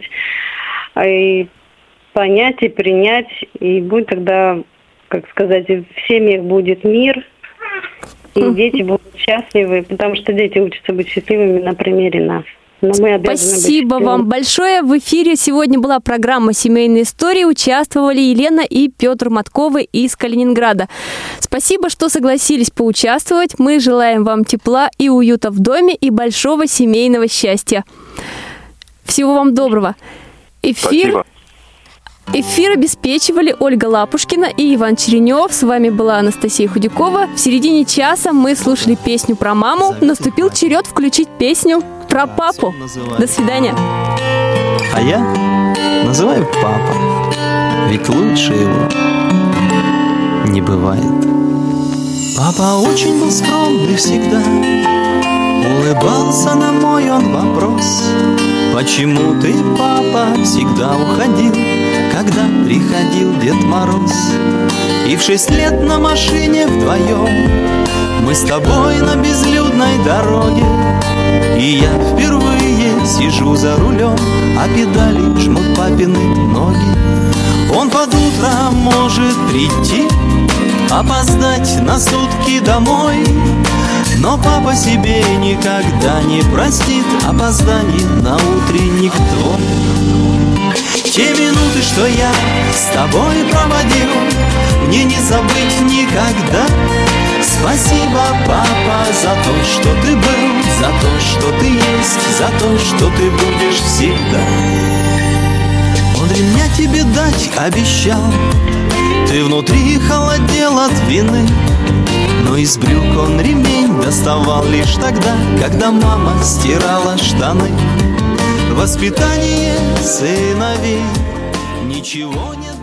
и понять, и принять. И будет тогда, как сказать, в семьях будет мир, и дети будут счастливы, потому что дети учатся быть счастливыми на примере нас. Спасибо вам большое. В эфире сегодня была программа «Семейные истории». Участвовали Елена и Петр Матковы из Калининграда. Спасибо, что согласились поучаствовать. Мы желаем вам тепла и уюта в доме и большого семейного счастья. Всего вам доброго. Эфир обеспечивали Ольга Лапушкина и Иван Черенев. С вами была Анастасия Худякова. В середине часа мы слушали песню про маму. Наступил черед включить песню про папу. До свидания. А я называю папа, ведь лучше его не бывает. Папа очень был скромный всегда, улыбался на мой вопрос: почему ты, папа, всегда уходил, когда приходил Дед Мороз? И в 6 лет на машине вдвоем мы с тобой на безлюдной дороге, и я впервые сижу за рулем, а педали жмут папины ноги. Он под утро может прийти, опоздать на сутки домой, но папа себе никогда не простит опозданий на утренник твой. Те минуты, что я с тобой проводил, мне не забыть никогда. Спасибо, папа, за то, что ты был, за то, что ты есть, за то, что ты будешь всегда. Он ремня тебе дать обещал. Ты внутри холодел от вины, но из брюк он ремень доставал лишь тогда, когда мама стирала штаны. Воспитание сыновей ничего не